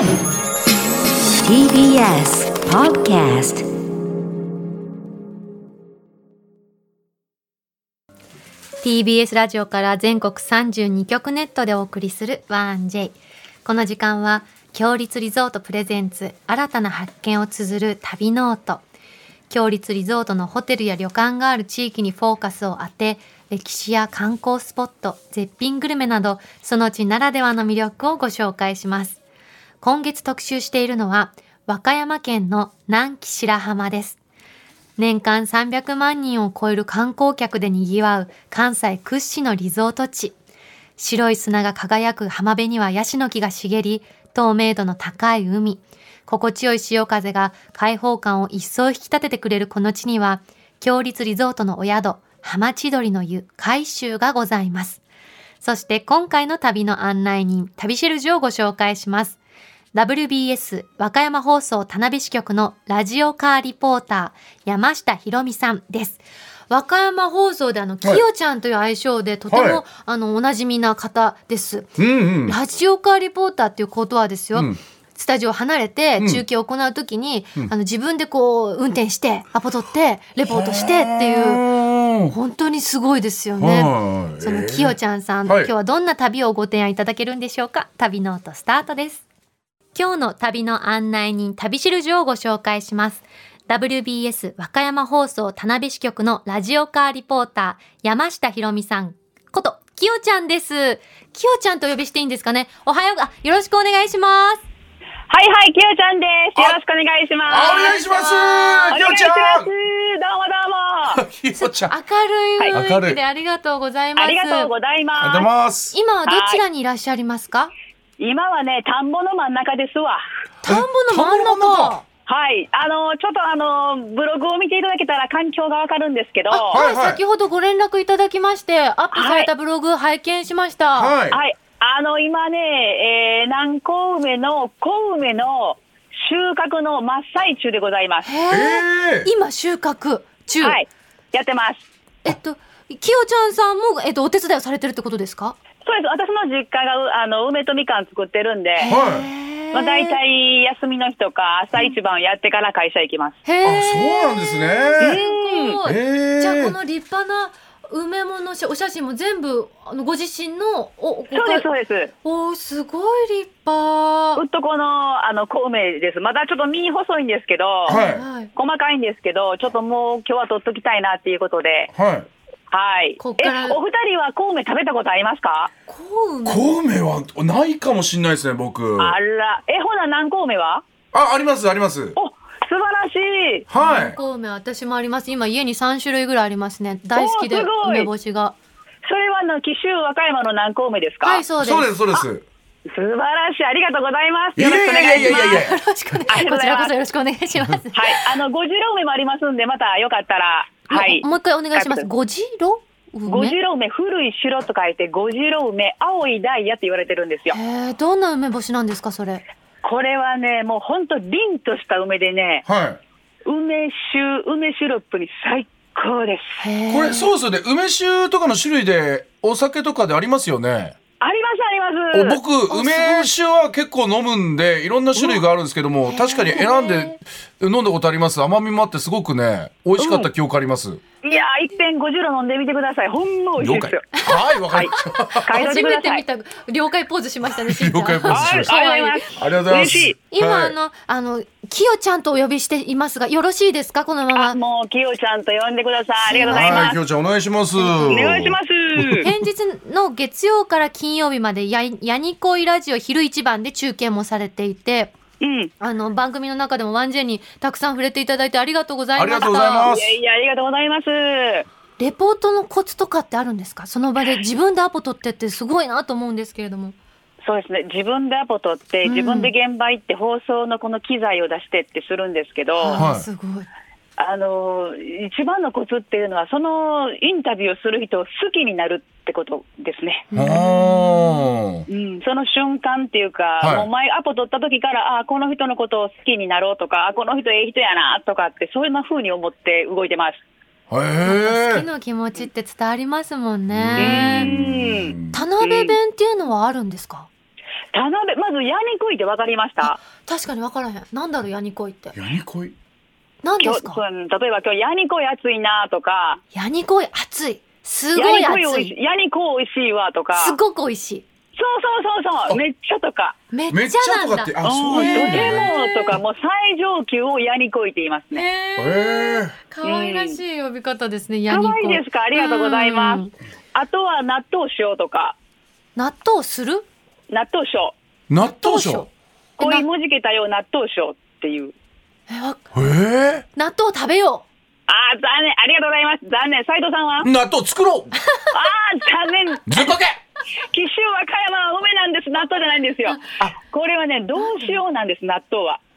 TBS Podcast。 TBS ラジオから全国32局ネットでお送りする 1J。 この時間は強立リゾートプレゼンツ新たな発見を綴る旅ノート。強立リゾートのホテルや旅館がある地域にフォーカスを当て、歴史や観光スポット、絶品グルメなどその地ならではの魅力をご紹介します。今月特集しているのは和歌山県の南紀白浜です。年間300万人を超える観光客で賑わう関西屈指のリゾート地。白い砂が輝く浜辺にはヤシの木が茂り、透明度の高い海、心地よい潮風が開放感を一層引き立ててくれるこの地には、強立リゾートのお宿、浜千鳥の湯、海舟がございます。そして今回の旅の案内人、旅シェルジュをご紹介します。WBS 和歌山放送田辺支局のラジオカーリポーター、山下ひろみさんです。和歌山放送できよちゃんという愛称でとても、おなじみな方です。ラジオカーリポーターっていうことはですよ、スタジオを離れて中継を行うときに、自分でこう運転してアポ取ってレポートしてっていう本当にすごいですよね。そのきよちゃんさん、今日はどんな旅をご提案いただけるんでしょうか。旅ノートスタートです。今日の旅の案内人、旅シェルジュをご紹介します。WBS 和歌山放送田辺支局のラジオカーリポーター、山下ひろみさんこときよちゃんです。きよちゃんとお呼びしていいんですかね。おはよう、よろしくお願いします。 はいはい、きよちゃんです。よろしくお願いします。 お願いします。きよちゃん。 どうもどうも。 きよちゃん。 明るい雰囲気でありがとうございます。 ありがとうございます。 ありがとうございます。 今はどちらにいらっしゃいますか。 今はね、田んぼの真ん中ですわ。 田んぼの真ん中。 はい、ちょっとブログを見ていただけたら環境がわかるんですけど、 先ほどご連絡いただきましてアップされたブログ拝見しました。 今ね、南高梅の小梅の収穫の真っ最中でございます。 今収穫中。 はい、やってます。 きよちゃんさんも、お手伝いをされてるってことですか。 そうです。私の実家が梅とみかん作ってるんで、だいたい休みの日とか朝一番やってから会社行きます。 そうなんですね。 じゃあこの立派な梅ものお写真も全部ご自身のそうですそうです。 すごい立派。 うっとこの小梅です。まだちょっと実細いんですけど、細かいんですけど、ちょっともう今日は取っときたいなっていうことで。はい。お二人は小梅食べたことありますか。 小梅はないかもしれないですね、僕。 あら、ほな南小梅は。 ありますあります。 素晴らしい。 南小梅私もあります。今家に3種類ぐらいありますね。大好きで梅干しが。 それは紀州和歌山の南小梅ですか。 はい、そうです。 そうです。 素晴らしい。ありがとうございます。 よろしくお願いします。 よろしくお願いします。こちらこそよろしくお願いします。 はい、五次郎梅もありますんで、またよかったら。はい。 もう一回お願いします。五次郎梅、古い城と書いて五次郎梅、青いダイヤって言われてるんですよ。 どんな梅干しなんですか、それ。 これはね、もう本当凛とした梅でね、梅シロップに最高です。 これそうですよね。梅酒とかの種類でお酒とかでありますよね。 ありますあります。 僕梅酒は結構飲むんでいろんな種類があるんですけども、確かに選んで飲んだことあります。甘みもあってすごくね美味しかった記憶あります。 いやー、一遍50度飲んでみてください。ほんま美味しいですよ。 はい、わかりました。 初めて見た了解ポーズしましたね。 了解ポーズしました。 ありがとうございます。 ありがとうございます。 今きよちゃんとお呼びしていますがよろしいですか。このまま。 もうきよちゃんと呼んでください。ありがとうございます。 きよちゃんお願いします。 お願いします。 平日の月曜から金曜日までやにこいラジオ昼一番で中継もされていて、番組の中でも1Jにたくさん触れていただいてありがとうございました。 ありがとうございます。 いやありがとうございます。 レポートのコツとかってあるんですか。その場で自分でアポ取ってってすごいなと思うんですけれども。 そうですね、自分でアポ取って自分で現場行って放送のこの機材を出してってするんですけど、 すごい。 一番のコツっていうのはそのインタビューをする人を好きになるってことですね。その瞬間っていうか、もう前アポ取った時からこの人のことを好きになろうとかこの人ええ人やなとかってそういう風に思って動いてます。 好きな気持ちって伝わりますもんね。田辺弁っていうのはあるんですか。 まずヤニコイって分かりました？ 確かに分からへん。なんだろう、ヤニコイって。 ヤニコイ何ですか？ 例えば今日ヤニコイ暑いなとか、 ヤニコイ暑い、すごい暑い、 ヤニコイ美味しいわとか、 すごく美味しい、 そうめっちゃとか、 めっちゃなんだ。 とかって、そういうとてもとか、もう最上級をヤニコイって言いますね。 可愛らしい呼び方ですね、ヤニ可コイ。 愛いですか？ありがとうございます。あとは納豆塩とか。 納豆する？ 納豆塩。 納豆塩。 恋もじけたよ納豆塩っていう。 納豆食べよう。 残念、ありがとうございます。残念、斉藤さんは？ 納豆作ろう。 残念。 ずっこけ。 紀州和歌山は梅なんです。納豆じゃないんですよ。これはね、どうしようなんです、納豆は。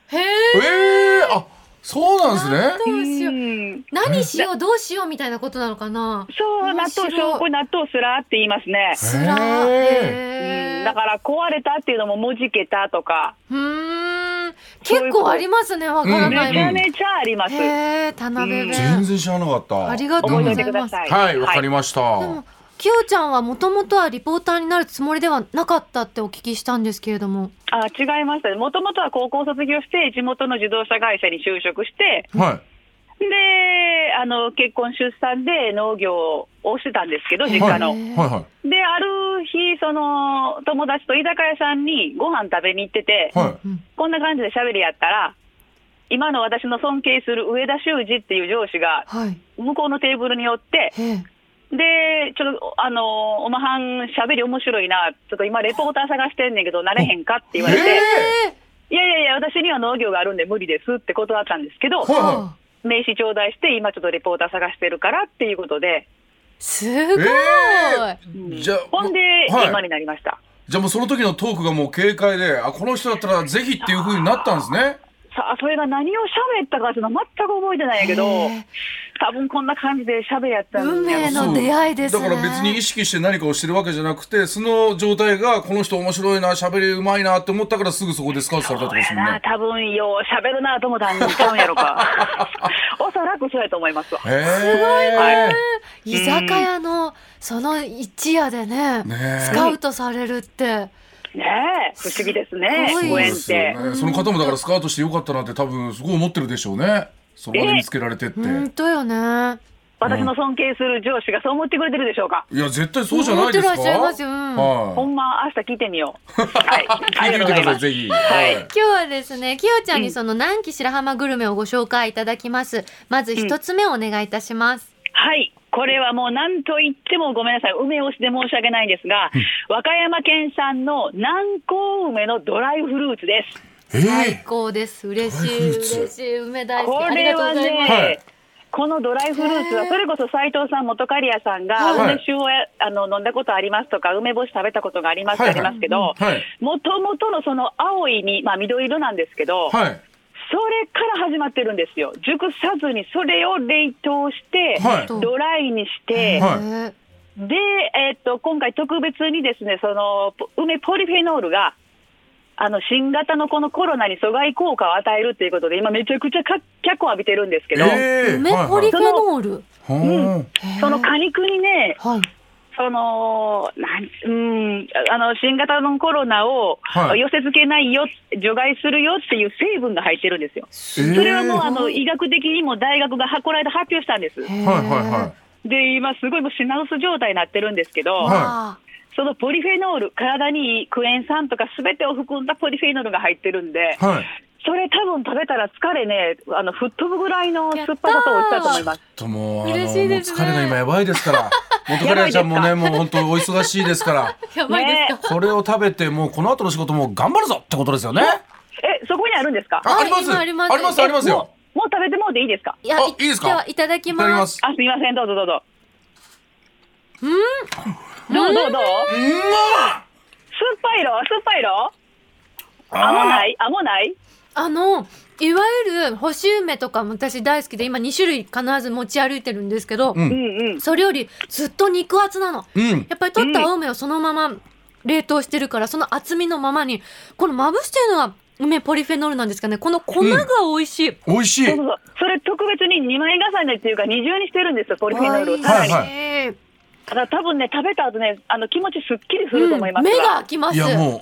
そうなんですね。 どうしよう。何しよう、どうしようみたいなことなのかな。 そう、納豆塩、これ納豆すらって言いますね。 すら。 だから壊れたっていうのももじけたとか。 結構ありますね、わからない。 めちゃめちゃあります。 田辺弁。 全然知らなかった。 ありがとうございます。 はい、わかりました。 でもきよちゃんはもともとはリポーターになるつもりではなかったってお聞きしたんですけれども。 違いましたね。もともとは高校卒業して地元の自動車会社に就職して、で結婚出産で農業をしてたんですけど、実家の。である日、その友達と居酒屋さんにご飯食べに行ってて、こんな感じで喋りやったら、今の私の尊敬する上田修司っていう上司が向こうのテーブルに寄って、でちょっとおまはんしゃべり面白いな、ちょっと今レポーター探してんねんけどなれへんかって言われて、いや私には農業があるんで無理ですって断ったんですけど、名刺頂戴して今ちょっとレポーター探してるからっていうことで、 すごい、 ほんで今になりました。 じゃあもうその時のトークがもう軽快で、この人だったらぜひっていう風になったんですね。 それが何を喋ったかっていうのは全く覚えてないけど、多分こんな感じで喋りやったん運命の出会いですね。 だから別に意識して何かをしてるわけじゃなくて、その状態がこの人面白いな、喋りうまいなって思ったからすぐそこでスカウトされたってことですもんね。 多分よう喋るなと思ったんちゃうんやろか。おそらくそうやと思いますわ。 すごいね、居酒屋のその一夜でね、スカウトされるって不思議ですね、ご縁って。 その方もだからスカウトしてよかったなって多分すごい思ってるでしょうね。そこまで見つけられてって。 本当よね。 私の尊敬する上司がそう思ってくれてるでしょうか。 いや絶対そうじゃないですか。 思ってらっしゃいますよ。 ほんま明日聞いてみよう。 聞いてみてください、ぜひ。 今日はですね、きよちゃんにその南紀白浜グルメをご紹介いただきます。まず一つ目お願いいたします。 はい。これはもう何と言ってもごめんなさい、梅推しで申し訳ないんですが、和歌山県産の南高梅のドライフルーツです。 最高です。嬉しい梅大好き。 これはね、このドライフルーツはそれこそ斉藤さん、本刈谷さんが梅酒を飲んだことありますとか、梅干し食べたことがありますってありますけど、もともとのその青い実、緑色なんですけど、それから始まってるんですよ。熟さずにそれを冷凍して、ドライにして、で、今回特別にですね、その梅ポリフェノールが新型のこのコロナに阻害効果を与えるということで今めちゃくちゃ脚を浴びてるんですけど、 梅ポリフェノール、 その果肉にね、新型のコロナを寄せ付けないよ、除外するよっていう成分が入ってるんですよ。それはもう医学的にも大学がこの間発表したんです。で今すごいもう品薄状態になってるんですけど、そのポリフェノール、体にいいクエン酸とか全てを含んだポリフェノールが入ってるんで、それ多分食べたら疲れね、吹っ飛ぶぐらいの酸っぱさと美味しさだと思います。 もう嬉しいですね。疲れが今やばいですから。元カレちゃんもね、もう本当お忙しいですから。 やばいですか。 これを食べてもうこの後の仕事も頑張るぞってことですよね。 そこにあるんですか。 ありますありますよ。 もう食べてもうていいですか。 いいですか。ではいただきます。 すみません、どうぞどうぞ。どう酸っぱい色甘ないいわゆる干し梅とかも私大好きで今2種類必ず持ち歩いてるんですけど、それよりずっと肉厚なの、やっぱり取った青梅をそのまま冷凍してるから、その厚みのままにこのまぶしてるのは梅ポリフェノールなんですかね。この粉が美味しい、 美味しい。 それ特別に2枚重ねっていうか二重にしてるんですよ、ポリフェノールをさらに。だから多分ね、食べた後ね、気持ちすっきりすると思います。 目が開きます。 いやもう、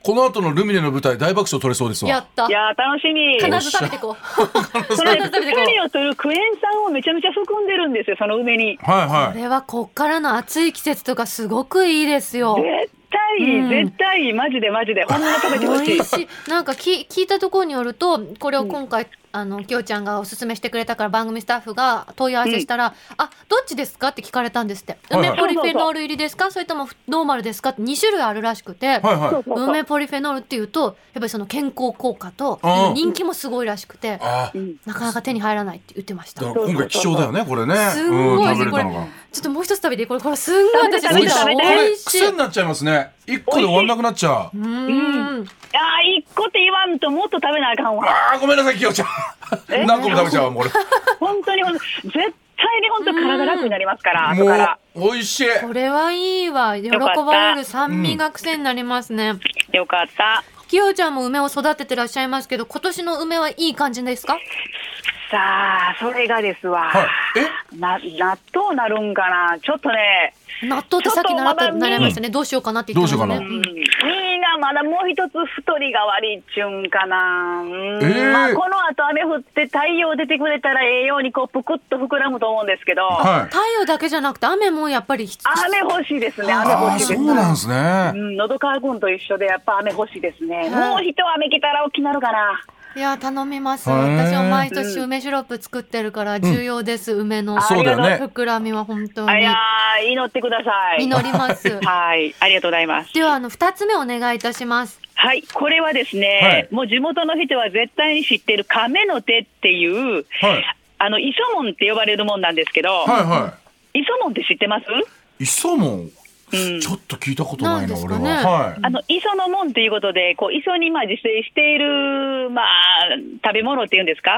この後のルミネの舞台大爆笑取れそうですわ。 やった。 いや楽しみ。 必ず食べてこう。 それ光を取るクエン酸をめちゃめちゃ含んでるんですよ、その梅に。 はいはい。 これはこっからの暑い季節とかすごくいいですよ。 絶対マジでほんま食べてほしい。 美味しい。なんか聞いたところによると、これを今回、きよちゃんがおすすめしてくれたから番組スタッフが問い合わせしたら、どっちですかって聞かれたんですって。梅ポリフェノール入りですか、それともノーマルですかって2種類あるらしくて、梅ポリフェノールっていうとやっぱりその健康効果と人気もすごいらしくて、なかなか手に入らないって言ってました。 今回貴重だよねこれね。 すんごいこれ。ちょっともう一つ食べて、これすんごい私好きだ。美味しい。 癖になっちゃいますね。1個で終わんなくなっちゃう。 1個って言わんともっと食べなあかんわ。 ごめんなさいきよちゃん。何個も食べちゃうこれ。 本当に絶対に本当体楽になりますから。 もう美味しい。 これはいいわ。喜ばれる。酸味が癖になりますね。 よかった。 きよちゃんも梅を育ててらっしゃいますけど、今年の梅はいい感じですか？ さあそれがですわ。納豆なるんかな。ちょっとね。 納豆ってさっき習いましたね。どうしようかなって言ってましたね。 いいな、まだもう一つ太りが悪いっちゅうんかな。まあこの後雨降って太陽出てくれたら栄養にこうぷくっと膨らむと思うんですけど、 太陽だけじゃなくて雨もやっぱり雨欲しいですね。雨欲しいです。 そうなんですね。 喉乾くんと一緒でやっぱ雨欲しいですね。もう一雨来たら大きなるかな。 いや頼みます。私は毎年梅シロップ作ってるから重要です。梅の膨らみは本当に。 いや祈ってください。 祈ります。 はい、ありがとうございます。 では2つ目お願いいたします。 はい、これはですね、もう地元の人は絶対に知っている亀の手っていう、磯門って呼ばれるもんなんですけど、磯門って知ってます？ 磯門ちょっと聞いたことないな、俺は。 磯の門ということで、こう磯に自生している、食べ物っていうんですか。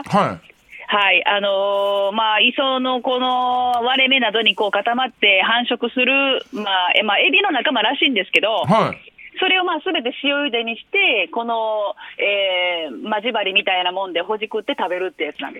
磯のこの割れ目などにこう固まって繁殖する、エビの仲間らしいんですけど、それを全て塩茹でにして、この、マジ針みたいなもんでほじくって食べるってやつなんです。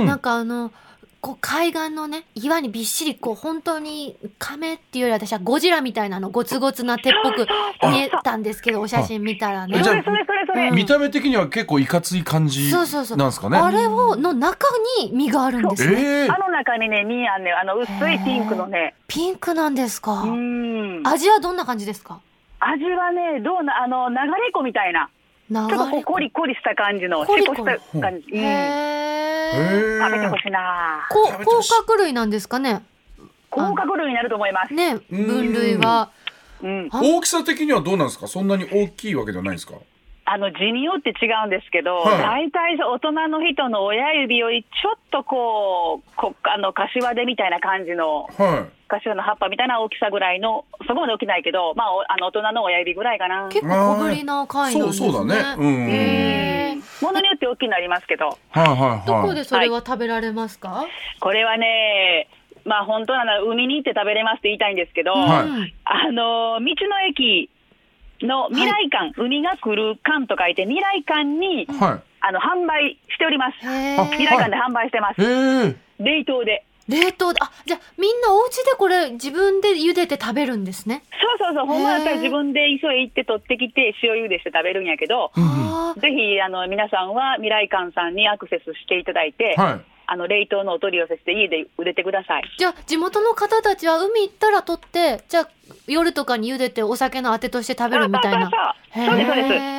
なんかこう海岸のね岩にびっしりこう本当に亀っていうより私はゴジラみたいなゴツゴツな手っぽく見えたんですけど、お写真見たらね。 それ見た目的には結構いかつい感じなんですかね。 あれの中に実があるんですね。 あの中にね実あんね、薄いピンクのね。 ピンクなんですか。味はどんな感じですか？ 味はね流れ子みたいな。ちょっとこうコリコリした感じの、しっこした感じ。食べてほしいな。 甲殻類なんですかね。 甲殻類になると思いますね。分類は。 大きさ的にはどうなんですか？そんなに大きいわけではないですか？ 字によって違うんですけど、大体大人の人の親指よりちょっと柏手みたいな感じの、柏の葉っぱみたいな大きさぐらいの、そこまで大きないけど、大人の親指ぐらいかな。 結構小ぶりな貝なんですね。 そうだね。 ものによって大きくなりますけど。 どこでそれは食べられますか？ これはね、本当なら海に行って食べれますって言いたいんですけど、道の駅の未来館、海が来る館と書いて未来館に、販売しております。未来館で販売してます。冷凍で。 じゃあみんなお家でこれ自分で茹でて食べるんですね。 そうほんまだったら自分で磯へ行って取ってきて塩茹でして食べるんやけど、ぜひ皆さんは未来館さんにアクセスしていただいて、冷凍のお取り寄せして家で茹でてください。 じゃあ地元の方たちは海行ったら取って、じゃあ夜とかに茹でてお酒のあてとして食べるみたいな。 そうです。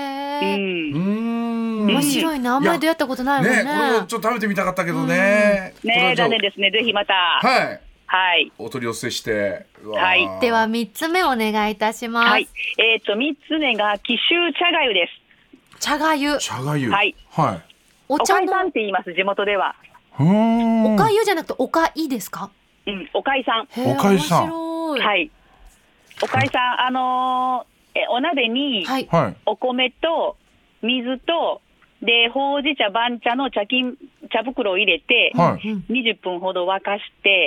面白いな。あんまり出会ったことないもんね。 これをちょっと食べてみたかったけどね。 残念ですね。ぜひまたお取り寄せして。 では3つ目お願いいたします。 3つ目が紀州茶がゆです。 茶がゆ。 おかいさんって言います、地元では。 おかゆじゃなくておかいですか？ おかいさん。 おかいさん。 おかいさん、お鍋にお米と水とでほうじ茶番茶の茶袋を入れて、20分ほど沸かして、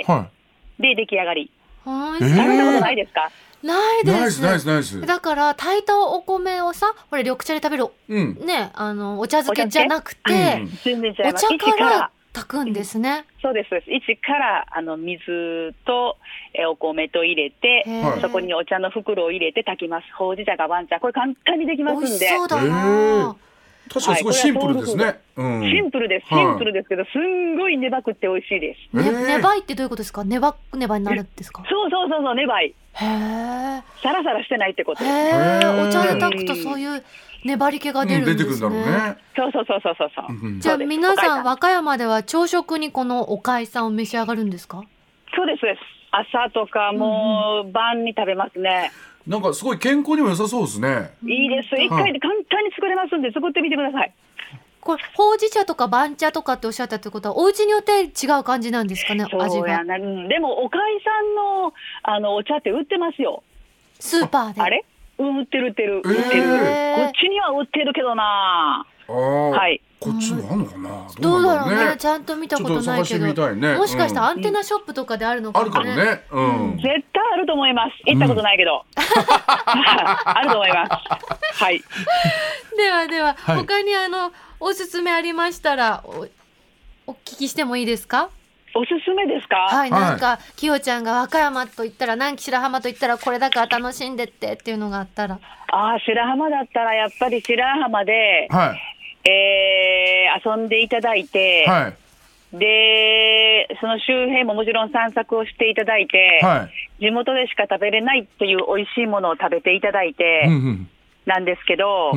で出来上がり。食べたことないですか？ ないです。 ナイス。 だから炊いたお米をさ、緑茶で食べる、お茶漬けじゃなくて、お茶から炊くんですね。 そうですそうです。一から水とお米と入れて、そこにお茶の袋を入れて炊きます。ほうじ茶か番茶、これ簡単にできますんで。 美味しそうだな。 確かにすごいシンプルですね。 シンプルです。シンプルですけど、すんごい粘くって美味しいです。 ねばいってどういうことですか？ねばになるんですか？ そうそうそうそう、ねばい。 へー。 サラサラしてないってこと。 お茶で炊くとそういう粘り気が出るんですね。 出てくるんだろうね。 そうそうそうそうそう。 じゃあ皆さん和歌山では朝食にこのおかいさんを召し上がるんですか？ そうですそうです。朝とかもう晩に食べますね。 なんかすごい健康にも良さそうですね。 いいです。一回で簡単に作れますんで、作ってみてください。 これほうじ茶とか番茶とかっておっしゃったってことはお家によって違う感じなんですかね、味が。 でもおかいさんのお茶って売ってますよ、 スーパーで。 あれ、売ってる。こっちには売ってるけどな。はい。 こっちにあるのかな。 どうだろうね。ちゃんと見たことないけど、もしかしたらアンテナショップとかであるのかもね。 あるかもね。 絶対あると思います。行ったことないけど。あると思います。はい。 では、他におすすめありましたらお聞きしてもいいですか？ おすすめですか？ はい、なんかきよちゃんが和歌山と言ったら、南紀白浜と言ったらこれだから楽しんでっていうのがあったら。 白浜だったらやっぱり白浜で、遊んでいただいて、でその周辺ももちろん散策をしていただいて、地元でしか食べれないっていう美味しいものを食べていただいて、なんですけど、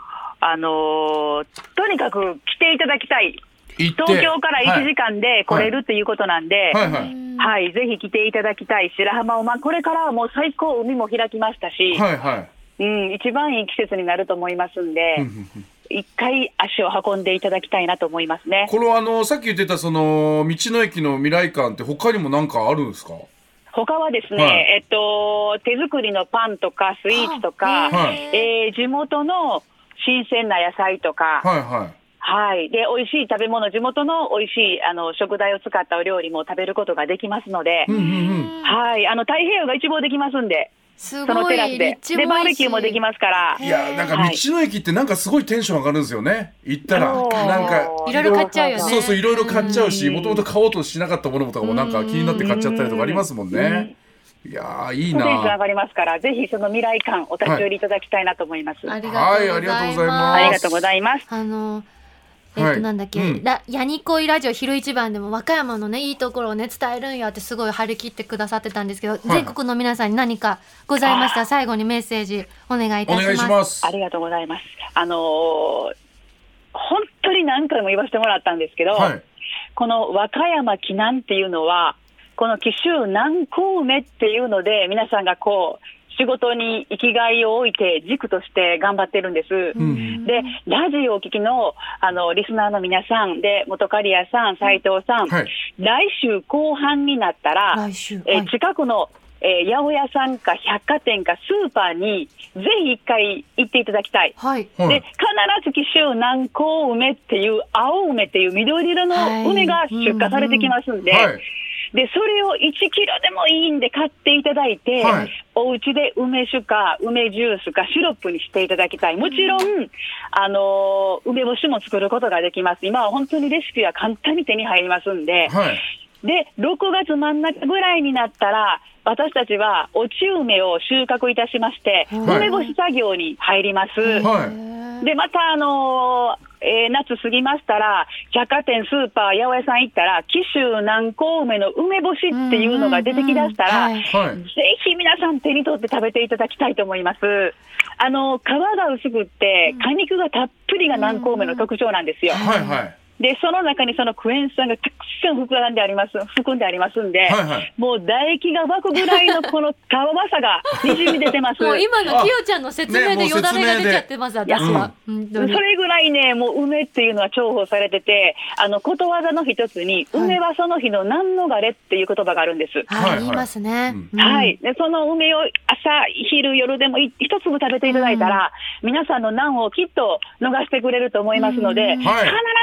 とにかく来ていただきたい。東京から1時間で来れるっていうことなんで、ぜひ来ていただきたい。白浜を、これからはもう最高、海も開きましたし、一番いい季節になると思いますんで、一回足を運んでいただきたいなと思いますね。 これさっき言ってたその道の駅の未来館って他にも何かあるんですか？ 他はですね、手作りのパンとかスイーツとか、地元の新鮮な野菜とか、で美味しい食べ物、地元の美味しい食材を使ったお料理も食べることができますので、太平洋が一望できますんで、 そのテラスでバーベキューもできますから。 いや、なんか道の駅ってなんかすごいテンション上がるんですよね。行ったらなんかいろいろ買っちゃうよね。 そういろいろ買っちゃうし、もともと買おうとしなかったものとかもなんか気になって買っちゃったりとかありますもんね。いやいいな。テンション上がりますから、ぜひその未来館お立ち寄りいただきたいなと思います。 ありがとうございます。 ありがとうございます。 なんだっけ、ヤニ恋ラジオ昼一番でも和歌山のねいいところをね伝えるんやってすごい張り切ってくださってたんですけど、全国の皆さんに何かございましたら最後にメッセージお願いいたします。 ありがとうございます。本当に何回も言わせてもらったんですけど、この和歌山紀南っていうのはこの紀州南高梅っていうので皆さんがこう仕事に生きがいを置いて軸として頑張ってるんです。で、ラジオをお聞きのリスナーの皆さんで、元刈谷さん、斉藤さん、来週後半になったら、近くの八百屋さんか百貨店かスーパーにぜひ一回行っていただきたい。で、必ず紀州南高梅っていう青梅っていう緑色の梅が出荷されてきますんで、でそれを1キロでもいいんで買っていただいて、お家で梅酒か梅ジュースかシロップにしていただきたい。もちろん梅干しも作ることができます。今は本当にレシピは簡単に手に入りますんで、で6月真ん中ぐらいになったら私たちは落ち梅を収穫いたしまして、梅干し作業に入ります。でまた夏過ぎましたら百貨店スーパー八百屋さん行ったら紀州南高梅の梅干しっていうのが出てきだしたら、ぜひ皆さん手に取って食べていただきたいと思います。皮が薄くって果肉がたっぷりが南高梅の特徴なんですよ。でその中にそのクエン酸がたくさん含んでありますんで、もう唾液が湧くぐらいのこの皮さがにじみ出てます。 もう今のきよちゃんの説明でよだれが出ちゃってます、私は。 それぐらいね、もう梅っていうのは重宝されてて、ことわざの一つに、梅はその日の何のがれっていう言葉があるんです。 言いますね。 でその梅を朝昼夜でも一粒食べていただいたら、皆さんの難をきっと逃してくれると思いますので、必ず紀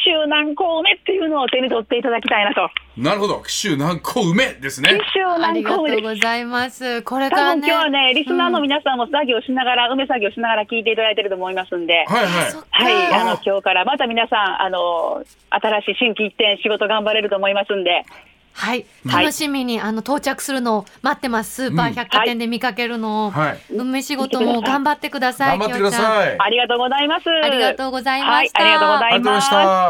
州南高梅っていうのを手に取っていただきたいなと。 なるほど、紀州南高梅ですね。 紀州南高梅です。 ありがとうございます。これ多からね、 分今日はね、リスナーの皆さんも作業しながら、梅作業しながら聞いていただいてると思いますんで、 はいはい。 はい、今日からまた皆さん、新しい心機一転仕事頑張れると思いますんで、 はい、楽しみに到着するのを待ってます。スーパー百貨店で見かけるのを、梅仕事も頑張ってください。 頑張ってください。 ありがとうございます。 ありがとうございました。 はい、ありがとうございました。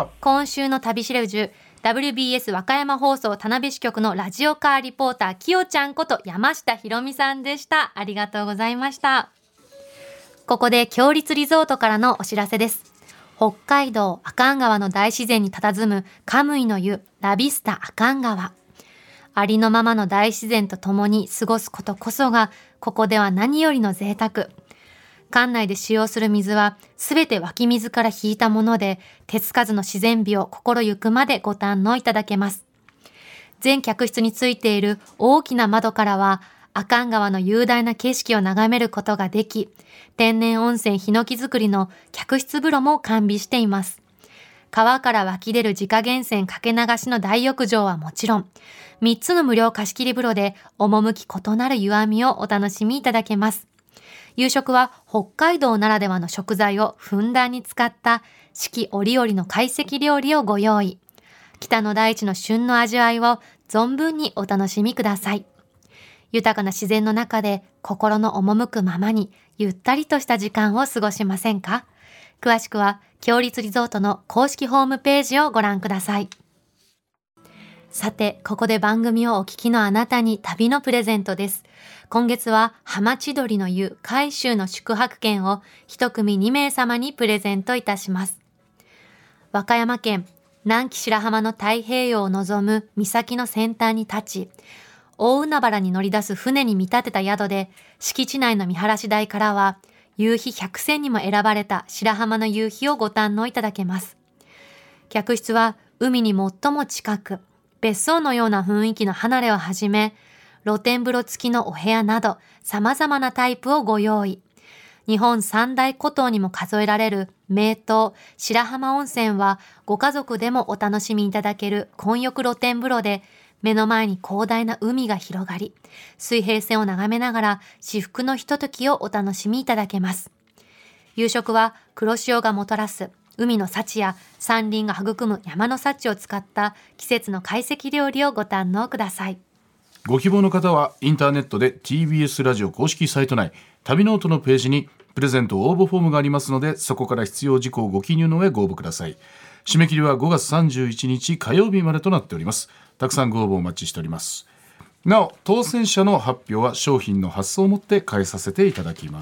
今週の旅しるじゅ WBS 和歌山放送田辺支局のラジオカーリポーターきよちゃんこと山下ひろみさんでした。ありがとうございました。ここで強立リゾートからのお知らせです。北海道阿寒川の大自然に佇むカムイの湯ラビスタ阿寒川。ありのままの大自然と共に過ごすことこそがここでは何よりの贅沢。館内で使用する水はすべて湧き水から引いたもので、手つかずの自然美を心ゆくまでご堪能いただけます。全客室についている大きな窓からは阿寒川の雄大な景色を眺めることができ、天然温泉ヒノキ作りの客室風呂も完備しています。川から湧き出る自家源泉かけ流しの大浴場はもちろん、3つの無料貸し切り風呂で趣異なる湯あみをお楽しみいただけます。夕食は北海道ならではの食材をふんだんに使った四季折々の懐石料理をご用意。北の大地の旬の味わいを存分にお楽しみください。豊かな自然の中で心の赴くままにゆったりとした時間を過ごしませんか？詳しくは強立リゾートの公式ホームページをご覧ください。さて、ここで番組をお聞きのあなたに旅のプレゼントです。今月は浜千鳥の湯海州の宿泊券を一組2名様にプレゼントいたします。和歌山県南紀白浜の太平洋を望む岬の先端に立ち、大海原に乗り出す船に見立てた宿で、敷地内の見晴らし台からは夕日100選にも選ばれた白浜の夕日をご堪能いただけます。客室は海に最も近く、別荘のような雰囲気の離れをはじめ、露天風呂付きのお部屋など様々なタイプをご用意。日本三大古湯にも数えられる名湯白浜温泉は、ご家族でもお楽しみいただける混浴露天風呂で、目の前に広大な海が広がり、水平線を眺めながら至福のひとときをお楽しみいただけます。夕食は黒潮がもたらす海の幸や山林が育む山の幸を使った季節の懐石料理をご堪能ください。 ご希望の方はインターネットで TBS ラジオ公式サイト内旅ノートのページにプレゼント応募フォームがありますので、そこから必要事項をご記入の上ご応募ください。締め切りは5月31日火曜日までとなっております。たくさんご応募お待ちしております。なお、当選者の発表は商品の発送をもって返させていただきます。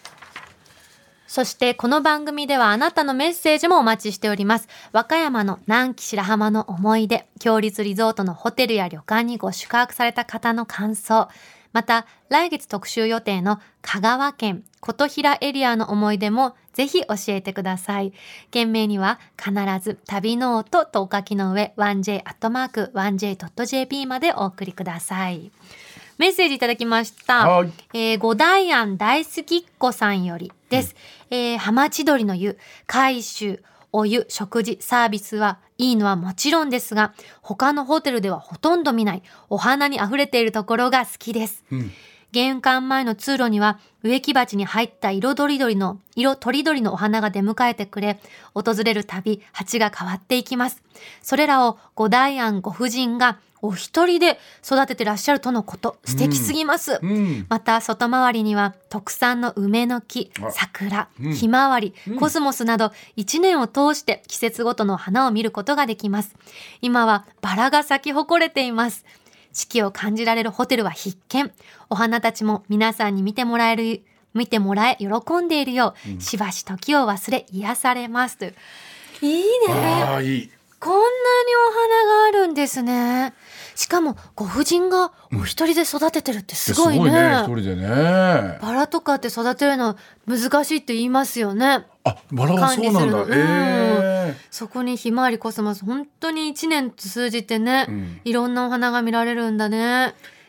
そしてこの番組ではあなたのメッセージもお待ちしております。和歌山の南紀白浜の思い出、強立リゾートのホテルや旅館にご宿泊された方の感想、また来月特集予定の香川県琴平エリアの思い出もぜひ教えてください。件名には必ず旅ノートとお書きの上 1j@1j.jp までお送りください。メッセージいただきました。五大庵大好きっ子さんよりです。浜千鳥の湯、海舟、お湯、食事、サービスはいいのはもちろんですが、他のホテルではほとんど見ないお花にあふれているところが好きです。玄関前の通路には植木鉢に入った色とりどりのお花が出迎えてくれ、訪れるたび鉢が変わっていきます。それらを五大庵ご婦人がお一人で育ててらっしゃるとのこと。素敵すぎます。また外回りには特産の梅の木、桜、ひまわり、コスモスなど1年を通して季節ごとの花を見ることができます。今はバラが咲き誇れています。四季を感じられるホテルは必見。お花たちも皆さんに見てもらえ喜んでいるよう、しばし時を忘れ癒されますという。いいね。 いい。 こんなにお花があるんですね。しかもご婦人がお一人で育ててるってすごいね。 一人でね。 バラとかって育てるの難しいって言いますよね。 バラはそうなんだ。 そこにひまわりコスモス、本当に1年通じてね、いろんなお花が見られるんだね。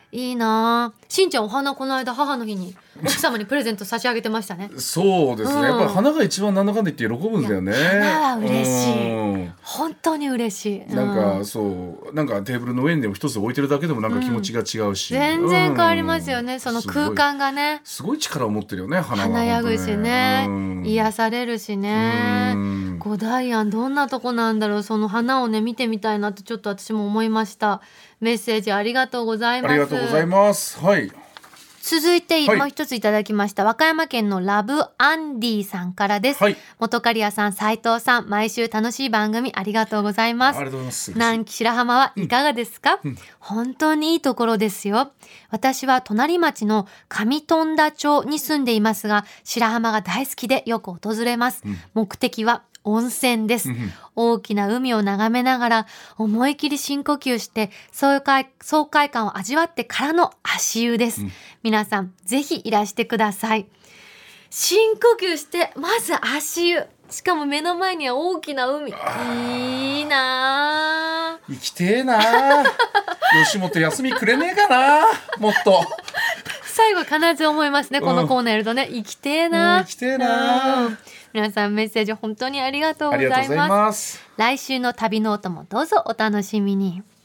いいな。しんちゃんお花この間母の日に奥様にプレゼント差し上げてましたね。 そうですね、やっぱり花が一番なんだかんだ言って喜ぶんだよね。 花は嬉しい、本当に嬉しい。 なんかそうなんかテーブルの上にでも一つ置いてるだけでもなんか気持ちが違うし、 全然変わりますよね、その空間がね。すごい力を持ってるよね、花は。 華やぐしね、癒されるしね。ゴダイアンどんなとこなんだろう。その花をね見てみたいなってちょっと私も思いました。メッセージありがとうございます。 ありがとうございます。はい。 続いてもう一ついただきました、和歌山県のラブアンディさんからです、はい、元刈谷さん、斉藤さん、毎週楽しい番組ありがとうございます。 ありがとうございます。 南紀白浜はいかがですか？本当にいいところですよ。私は隣町の上富田町に住んでいますが、白浜が大好きでよく訪れます、目的は温泉です、大きな海を眺めながら思い切り深呼吸して爽快感を味わってからの足湯です、皆さんぜひいらしてください。深呼吸してまず足湯、しかも目の前には大きな海。いいな。 生きてえな。吉本休みくれねえかな、もっと。 最後必ず思いますね、このコーナーやるとね、生きてえな、 生きてえな。 皆さんメッセージ本当にありがとうございます。来週の旅ノートもどうぞお楽しみに。